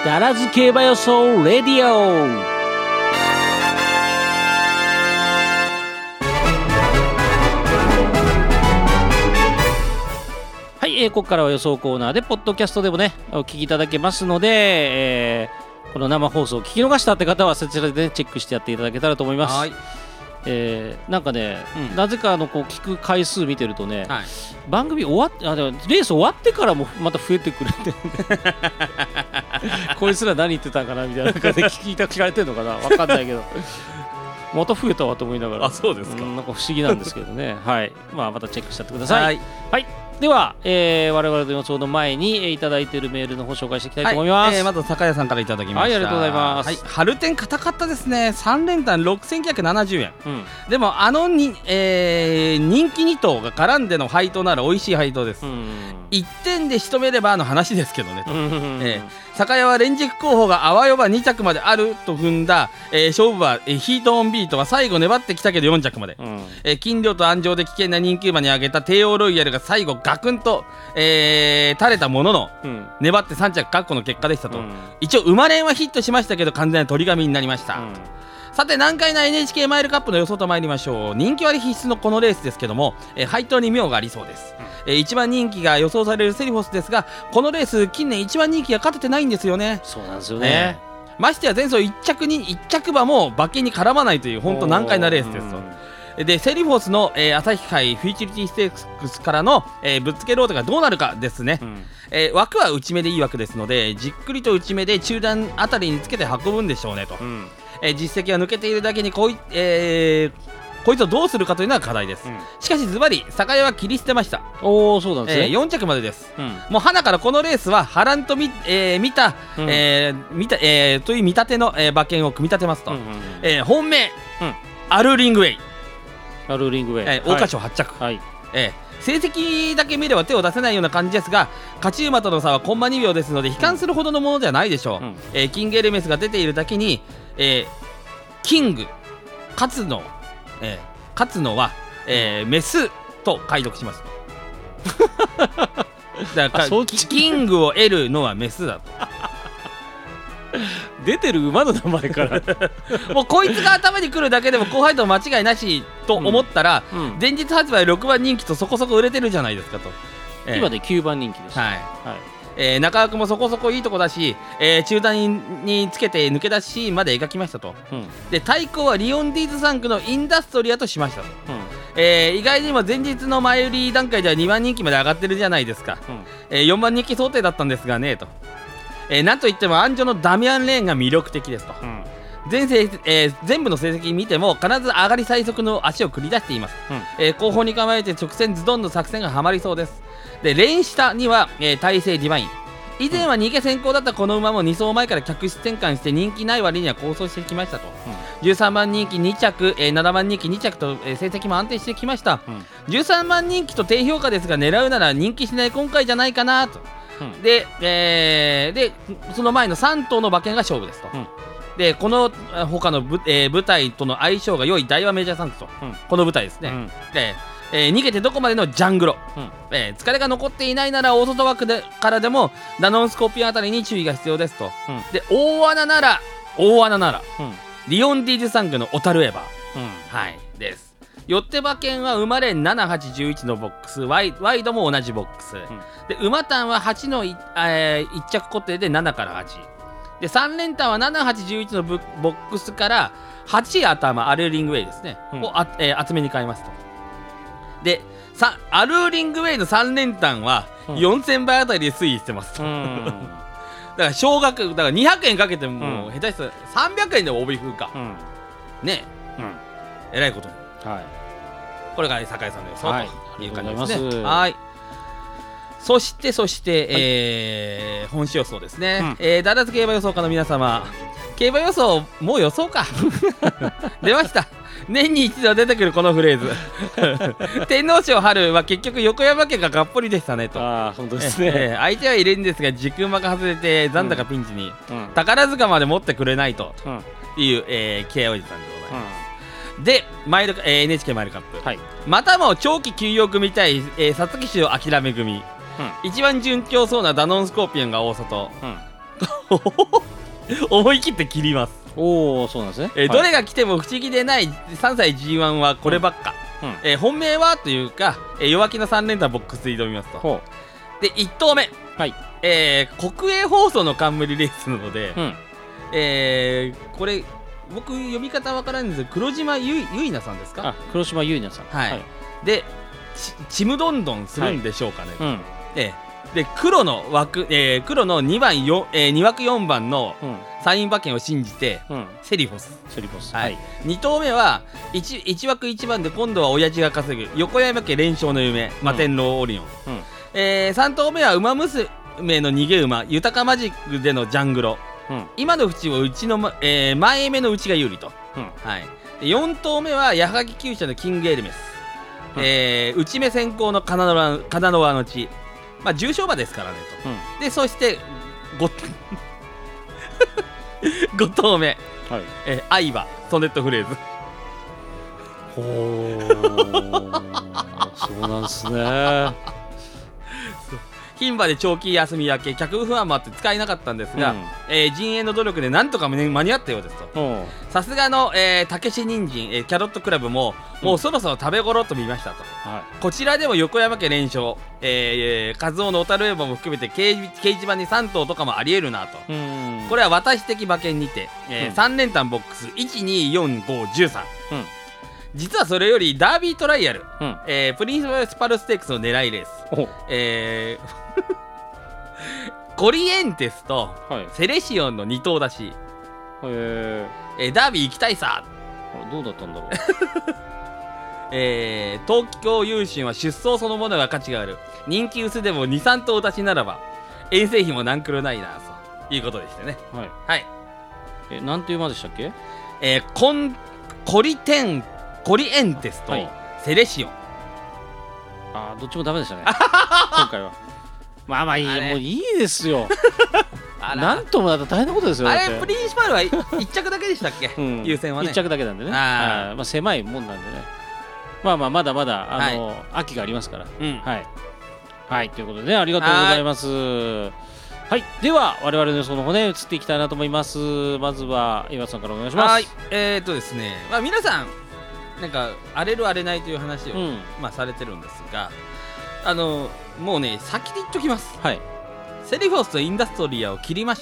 ダラズ競馬予想レディオ。はい、ここからは予想コーナーでポッドキャストでもねお聞きいただけますので、この生放送を聞き逃したって方はそちらで、ね、チェックしてやっていただけたらと思います。はい、なんかね、なぜかこう聞く回数見てるとね、はい、番組終わってレース終わってからもまた増えてくれてこいつら何言ってたんかなみたいな感じで聞かれてるのかな分かんないけどまた増えたわと思いながら。 あ、そうですか。 なんか不思議なんですけどねはい、またチェックしてやってください。はい、はい、では、我々の予想の前に、いただいているメールの方紹介していきたいと思います。 はい、まず酒屋さんからいただきました。 はい、ありがとうございます。 はい、春天硬かったですね。3連単6970円、でも人気2頭が絡んでの配当なら美味しい配当です。1点で仕留めればの話ですけどねと。酒屋は連軸候補があわよば2着まであると踏んだ、勝負は、ヒートオンビートは最後粘ってきたけど4着まで、金量と安城で危険な人気馬に上げた帝王ロイヤルが最後ガクンと、垂れたものの、粘って3着確保の結果でしたと。一応馬連はヒットしましたけど完全な取り紙になりました。さて難解な NHK マイルカップの予想と参りましょう。人気割必須のこのレースですけども、配当に妙がありそうです。1番人気が予想されるセリフォスですが、このレース近年1番人気が勝ててないんですよね。 そうなんですよね。 ましてや前走1着馬も馬券に絡まないという本当難解なレースですと。でセリフォスの、朝日杯フューチュリティステークスからの、ぶっつけロードがどうなるかですね。枠は内目でいい枠ですので、じっくりと内目で中段あたりにつけて運ぶんでしょうねと。実績が抜けているだけにこいつをどうするかというのは課題です。しかしズバリ酒屋は切り捨てました。 そうなんですね。 4着までです。もう花からこのレースは波乱と見たという見立ての、馬券を組み立てますと。本命、アルーリングウェイ、桜花賞8着、成績だけ見れば手を出せないような感じですが、勝ち馬との差はコンマ2秒ですので悲観するほどのものではないでしょう。キングエルメスが出ているだけに、キング勝つのは、メスと解読しますだからキングを得るのはメスだと出てる馬の名前からもうこいつが頭に来るだけでも後輩と間違いなしと思ったら、前日発売6番人気とそこそこ売れてるじゃないですかと。 今で9番人気です。 中枠もそこそこいいとこだし、中段につけて抜け出しシーンまで描きましたと。で対抗はリオンディーズ3区のインダストリアとしましたと。意外にも前日の前売り段階では2番人気まで上がってるじゃないですか。4番人気想定だったんですがねと。なんといっても安城のダミアン・レーンが魅力的ですと。全部の成績見ても必ず上がり最速の足を繰り出しています。後方に構えて直線ズドンの作戦がはまりそうです。でレーン下には、大勢ディバイン、以前は逃げ先行だったこの馬も2走前から客室転換して人気ない割には構想してきましたと。13番人気2着、7番人気2着と、成績も安定してきました。13番人気と低評価ですが狙うなら人気しない今回じゃないかなと。でその前の3頭の馬券が勝負ですと。でこの他の舞台との相性が良い大和メジャーサンクスと、この舞台ですね。逃げてどこまでのジャングロ、疲れが残っていないなら大外枠からでもダノンスコーピオンあたりに注意が必要ですと。で大穴なら、リオンディーズ3区のオタルエバー、です。よって馬券は馬連7、8、11のボックス、ワイドも同じボックス、で馬単は8の1着固定で7から8で、3連単は7、8、11のボックスから8頭アルーリングウェイですね、を厚めに変えますと。でアルーリングウェイの3連単は4000倍あたりで推移してますと。だから少額だから200円かけても下手したら300円でも帯風か、ねえらいことに。これが酒井さんの予想という感じですね。はい。そして本市予想ですね。ダラズ競馬予想家の皆様、競馬予想もう予想か出ました。年に一度出てくるこのフレーズ天皇賞春は結局横山家ががっぽりでしたねと。 本当ですね。 相手はいるんですが軸馬が外れて残高ピンチに、宝塚まで持ってくれないという、慶応おじさんでございます。でNHK マイルカップ、またも長期休養組対皐月賞諦め組、一番順調そうなダノンスコーピオンが大外、 思い切って切ります。 おお、そうなんですね。 どれが来ても不思議でない3歳 G1 はこればっか、本命はというか、弱気の3連単ボックスで挑みますと。で1頭目、はい、国営放送の冠レースなので、これ僕読み方わからないんですけど、黒島ゆいなさんですか。 黒島ゆいなさん、 はい、でちむどんどんするんでしょうかね。で黒の枠、黒の2枠4番のサイン馬券を信じて、セリフォス、はい、2頭目は 1枠1番で今度は親父が稼ぐ横山家連勝の夢摩天楼オリオン、3頭目は馬娘の逃げ馬豊かマジックでのジャングロ、今の淵を前目の内が有利と、はい、4頭目は矢作厩舎のキングエルメス、内目先行のカナノワの地、重賞馬ですからねと、でそして5頭目、相葉ソネットフレーズ。 そうなんですね。 牝馬で長期休み明け脚不安もあって使えなかったんですが、陣営の努力でなんとか間に合ったようですと。さすがのたけし人参、キャロットクラブももうそろそろ食べ頃と見ましたと、こちらでも横山家連勝、カズオの小樽馬も含めて掲示板に3頭とかもありえるなと。これは私的馬券にて、3連単ボックス 1,2,4,5,13、実はそれよりダービートライアル、プリンスパルステークスの狙いレース、コリエンテスとセレシオンの2頭出し、ダービー行きたいさ。 どうだったんだろう。 東京優駿は出走そのものが価値がある人気薄でも 2,3 頭出しならば遠征費もなんくるないなということでしたね。はい、 なんていう馬でしたっけ。 コリエンテスとセレシオン、 どっちもダメでしたね今回は。まあいい、もういいですよ。なんともだったら大変なことですよ。 あれプリンシパルは1着だけでしたっけ、優先はね。 1着だけなんでね、狭いもんなんでね。まだまだ秋がありますから。はい、ということでね、ありがとうございます。はい、では我々の予想の方ね移っていきたいなと思います。まずは岩田さんからお願いします。 ですね、皆さんなんか荒れる荒れないという話を、されてるんですが、もうね先に言っときます。セリフォスとインダストリアを切りました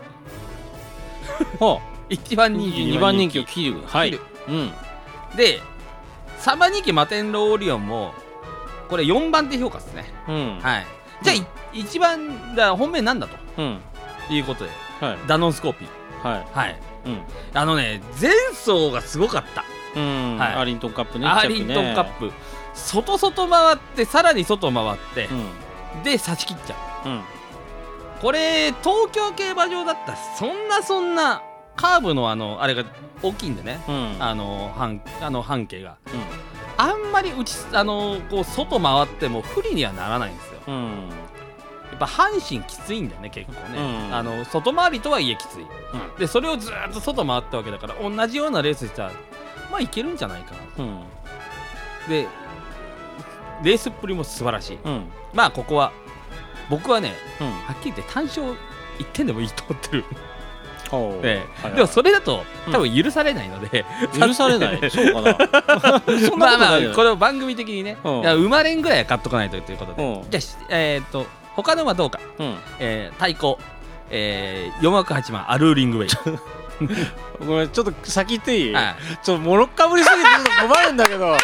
。1番人気 2番人気を切る。 で3番人気マテンローオリオンもこれ4番手評価ですね。じゃあ1番だ本命なんだと、いうことで、ダノンスコーピー、前走がすごかった。 アーリントンカップね。 アーリントンカップ外回ってさらに外回って、で差し切っちゃう。これ東京競馬場だったらそんなカーブのあれが大きいんでね、半径が、あんまりこう外回っても不利にはならないんですよ。やっぱ阪神きついんだよね結構ね、外回りとはいえきつい、でそれをずっと外回ったわけだから同じようなレースしたらいけるんじゃないかな、でレースっぷりも素晴らしい、ここは僕はね、はっきり言って単勝1点でもいいと思ってる。でもそれだと多分許されないので、 許されないそうかな。 この番組的にね、生まれんぐらいは買っとかないとということで、じゃあ他のはどうか、対抗4枠8番アルーリングウェイ。 ごめんちょっと先言っていい？ちょっともろっかぶりすぎて困るんだけど。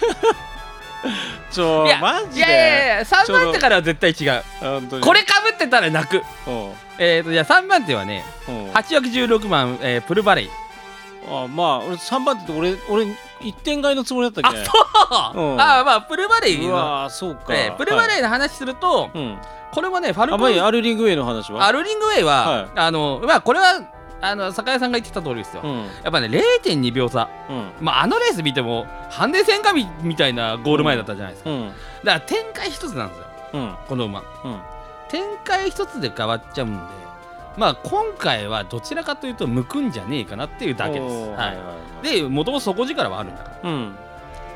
マジで。いや 3番手からは絶対違う。これかぶってたら泣く。じゃあ3番手はね、8枠16番プルバレイ。 俺3番手って俺1点買いのつもりだったっけ。 プルバレイ。 そうか。 プルバレイの話すると、これもねファルコンアルリングウェイの話は。 アルリングウェイはこれは酒屋さんが言ってた通りですよ、やっぱね 0.2 秒差、あのレース見てもハンデ戦かみたいなゴール前だったじゃないですか、だから展開一つなんですよ、この馬、展開一つで変わっちゃうんで、今回はどちらかというと向くんじゃねえかなっていうだけです。でもともと底力はあるんだから、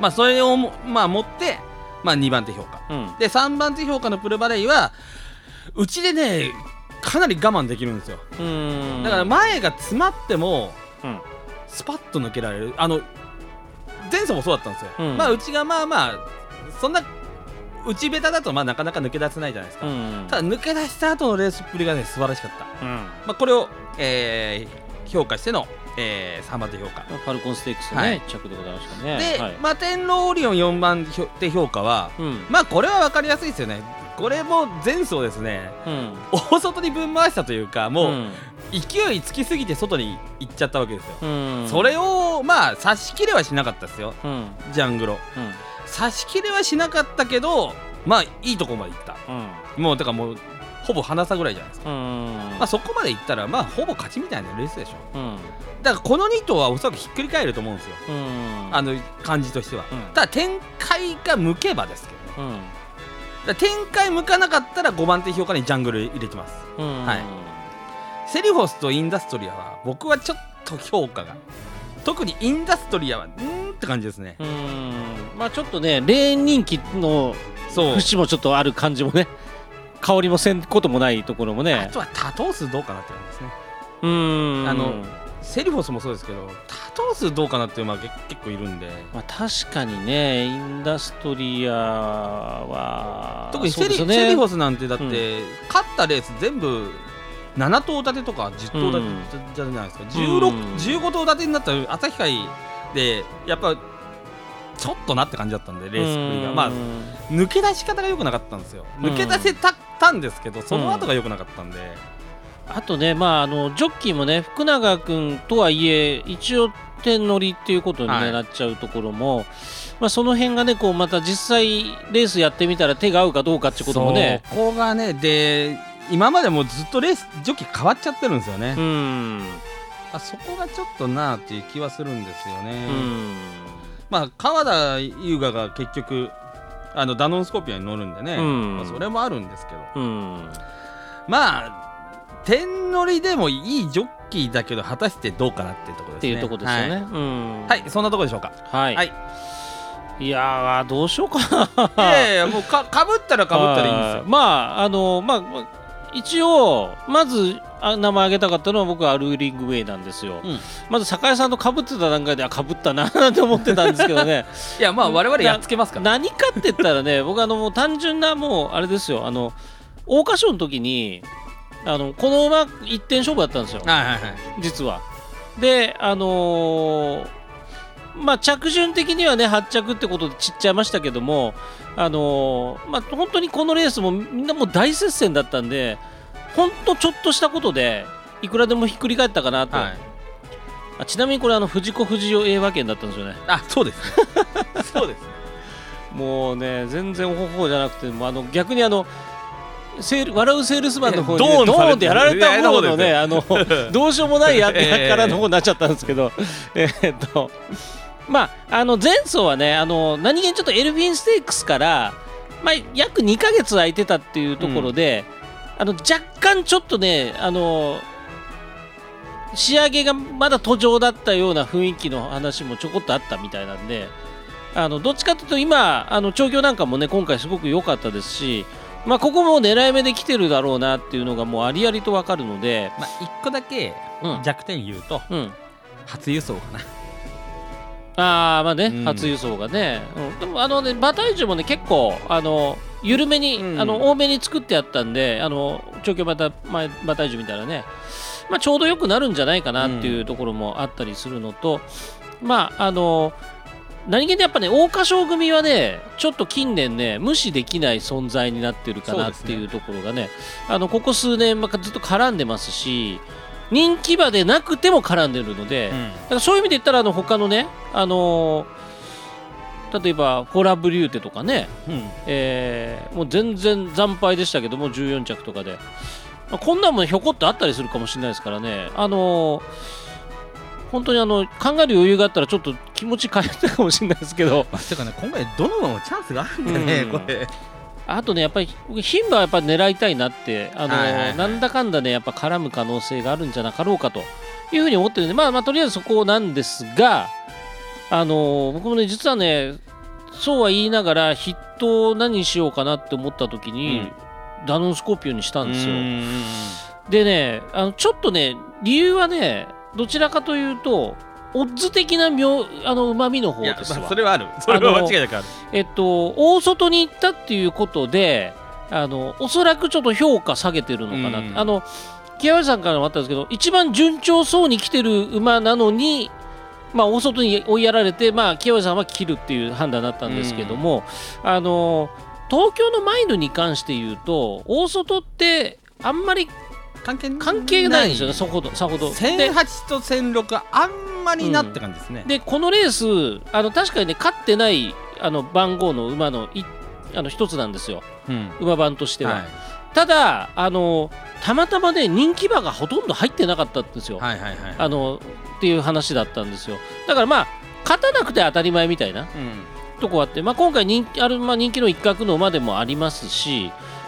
それを持って2番手評価、で3番手評価のプルバレイはうちでねかなり我慢できるんですよ。だから前が詰まっても、スパッと抜けられる。前走もそうだったんですよ。まあ内がまあまあそんな内ベタだとまあなかなか抜け出せないじゃないですか。ただ抜け出した後のレースっぷりがね素晴らしかった。まあこれを、評価しての、3番手評価。 ファルコンステークスね、着でございましたね。 で、まあ天皇オリオン4番手評価は、まあこれは分かりやすいですよね。これも前走ですね、大外にぶん回したというか、もう勢いつきすぎて外に行っちゃったわけですよ。それをまあ差し切れはしなかったですよ、ジャングロ。差し切れはしなかったけど、まあいいとこまで行った。もうだからもうほぼ鼻差ぐらいじゃないですか。まあそこまで行ったらまあほぼ勝ちみたいなレースでしょ。だからこの2頭はおそらくひっくり返ると思うんですよ、感じとしては。ただ展開が向けばですけどね。だ展開向かなかったら5番手評価にジャングル入れてます。セリフォスとインダストリアは僕はちょっと評価が、特にインダストリアはって感じですね。 まあちょっとねレーン人気の節もちょっとある感じもね、香りもせんこともないところもね。 あとは多頭数どうかなって感じですね。セリフォスもそうですけど多頭数どうかなっていうのは結構いるんで、 まあ、確かにねインダストリアは特にセリフォスなんてだって、勝ったレース全部7頭立てとか10頭立てじゃないですか。15頭立てになったら旭海でやっぱちょっとなって感じだったんで、レースっぷりがまあ抜け出し方が良くなかったんですよ。抜け出せたんですけどその後が良くなかったんで、 あとね、まあジョッキーもね福永君とはいえ一応点乗りっていうことに、なっちゃうところも、まあ、その辺がねこうまた実際レースやってみたら手が合うかどうかってこともね、 そこがねで今までもずっとレースジョッキー変わっちゃってるんですよね。そこがちょっとなっていう気はするんですよね。まあ川田優雅が結局ダノンスコーピオンに乗るんでね、まあ、それもあるんですけど、まあ点乗りでもいいジョッキーだけど果たしてどうかなっていうところですね。 っていうところですよね。 はい、そんなところでしょうか。 いやーどうしようかな。いやもうかぶったらいいんですよ。 まあ一応まず名前挙げたかったのは僕はアルーリングウェイなんですよ。まず酒井さんと被ってた段階で被ったなって思ってたんですけどね。 いやまあ我々やっつけますから。 何かって言ったらね僕もう単純なもうあれですよ、桜花賞の時にこの馬一点勝負だったんですよ、実は。でまあ着順的にはね8着ってことで散っちゃいましたけども、まあ本当にこのレースもみんなもう大接戦だったんで、本当ちょっとしたことでいくらでもひっくり返ったかなと。ちなみにこれ藤子不二雄 A 馬券だったんですよね。 そうですねそうですね。 もうね全然方法じゃなくても逆に笑うセールスマンの方にドーンってやられた方のねどうしようもないやからの方になっちゃったんですけどまあ前走はね何気にちょっとエルフィンステークスから、まあ、約2ヶ月空いてたっていうところで、若干ちょっとね仕上げがまだ途上だったような雰囲気の話もちょこっとあったみたいなんで、どっちかというと今調教なんかもね今回すごく良かったですし、まあここも狙い目で来てるだろうなっていうのがもうありありと分かるので、 まあ1個だけ弱点言うと、初輸送かな。 まあね、初輸送がね、でもね馬体重もね結構緩めに、多めに作ってあったんで調教馬体重みたいなね、まあ、ちょうどよくなるんじゃないかなっていうところもあったりするのと、まあ何気にやっぱね桜花賞組はねちょっと近年ね無視できない存在になってるかなっていうところがね、ここ数年ずっと絡んでますし、人気馬でなくても絡んでるので、だからそういう意味で言ったら他のね例えばフォラブリューテとかね、もう全然惨敗でしたけども14着とかで、こんなんもひょこっとあったりするかもしれないですからね、本当に考える余裕があったらちょっと気持ち変えたかもしれないですけど、 てかね今回どの馬もチャンスがあるんだね、これ。 あとねやっぱり牝馬はやっぱり狙いたいなってなんだかんだねやっぱ絡む可能性があるんじゃなかろうかというふうに思ってるんで、まあとりあえずそこなんですが、僕もね実はねそうは言いながら筆頭何にしようかなって思った時に、ダノンスコーピオンにしたんですよ。 でねちょっとね理由はねどちらかというとオッズ的なうまみの方ですわ。 それはある。それは間違いなくある。 大外に行ったっていうことでおそらくちょっと評価下げてるのかな、木原さんからもあったんですけど一番順調そうに来てる馬なのに、大外に追いやられて、木原さんは切るっていう判断だったんですけども、東京のマイルに関して言うと大外ってあんまり関係ないんですよね。さほど 1008と1006はあんまりなって感じですね。 でこのレース確かにね勝ってない番号の馬の一つなんですよ、馬番としては、ただたまたまね人気馬がほとんど入ってなかったんですよ、っていう話だったんですよ。だから勝たなくて当たり前みたいな、とこあって、今回人気の一角の馬でもありますし、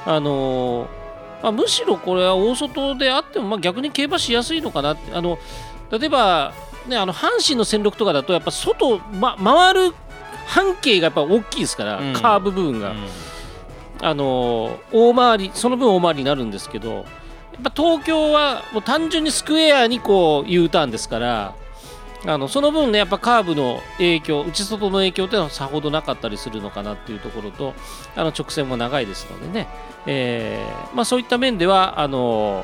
むしろこれは大外であっても逆に競馬しやすいのかなって。例えば、ね、阪神の1600とかだとやっぱ外、回る半径がやっぱ大きいですから、カーブ部分が、大回りその分大回りになるんですけど、やっぱ東京はもう単純にスクエアにこう U ターンですから、その分ねやっぱカーブの影響、内外の影響というのはさほどなかったりするのかなっていうところと、直線も長いですのでね、そういった面ではあ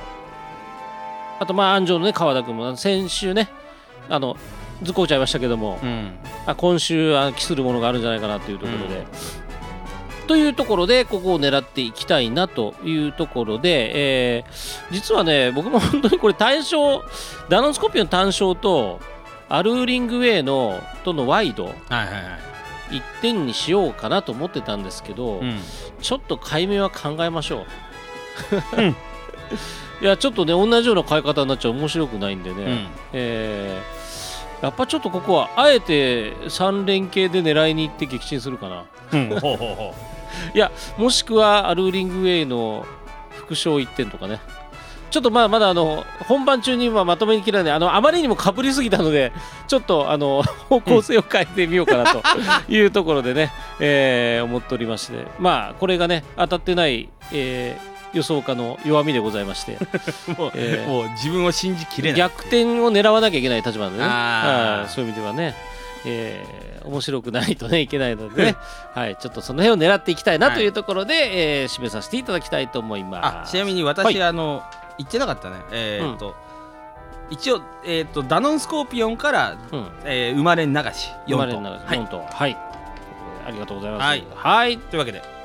と安城のね川田君も先週ねずっこうちゃいましたけども、今週期するものがあるんじゃないかなというところで、というところでここを狙っていきたいなというところで、実はね僕も本当にこれダノンスコピオン単勝とアルーリングウェイとのワイド、1点にしようかなと思ってたんですけど、ちょっと解明は考えましょう、いやちょっとね同じような買い方になっちゃ面白くないんでね、やっぱちょっとここはあえて3連携で狙いに行って撃沈するかな、いやもしくはアルーリングウェイの副賞1点とかね、ちょっとまだ本番中にまとめに切らない、あまりにもかぶりすぎたのでちょっと方向性を変えてみようかなというところでね、思っておりまして、これがね当たってない、予想家の弱みでございましてもう自分を信じきれない、 逆転を狙わなきゃいけない立場なんでね、そういう意味ではね、面白くないとねいけないのでね、ちょっとその辺を狙っていきたいなというところで、締めさせていただきたいと思います。 ちなみに私、言ってなかったね、一応、ダノンスコーピオンから、生まれ流し4と、 4と、ありがとうございます。 というわけで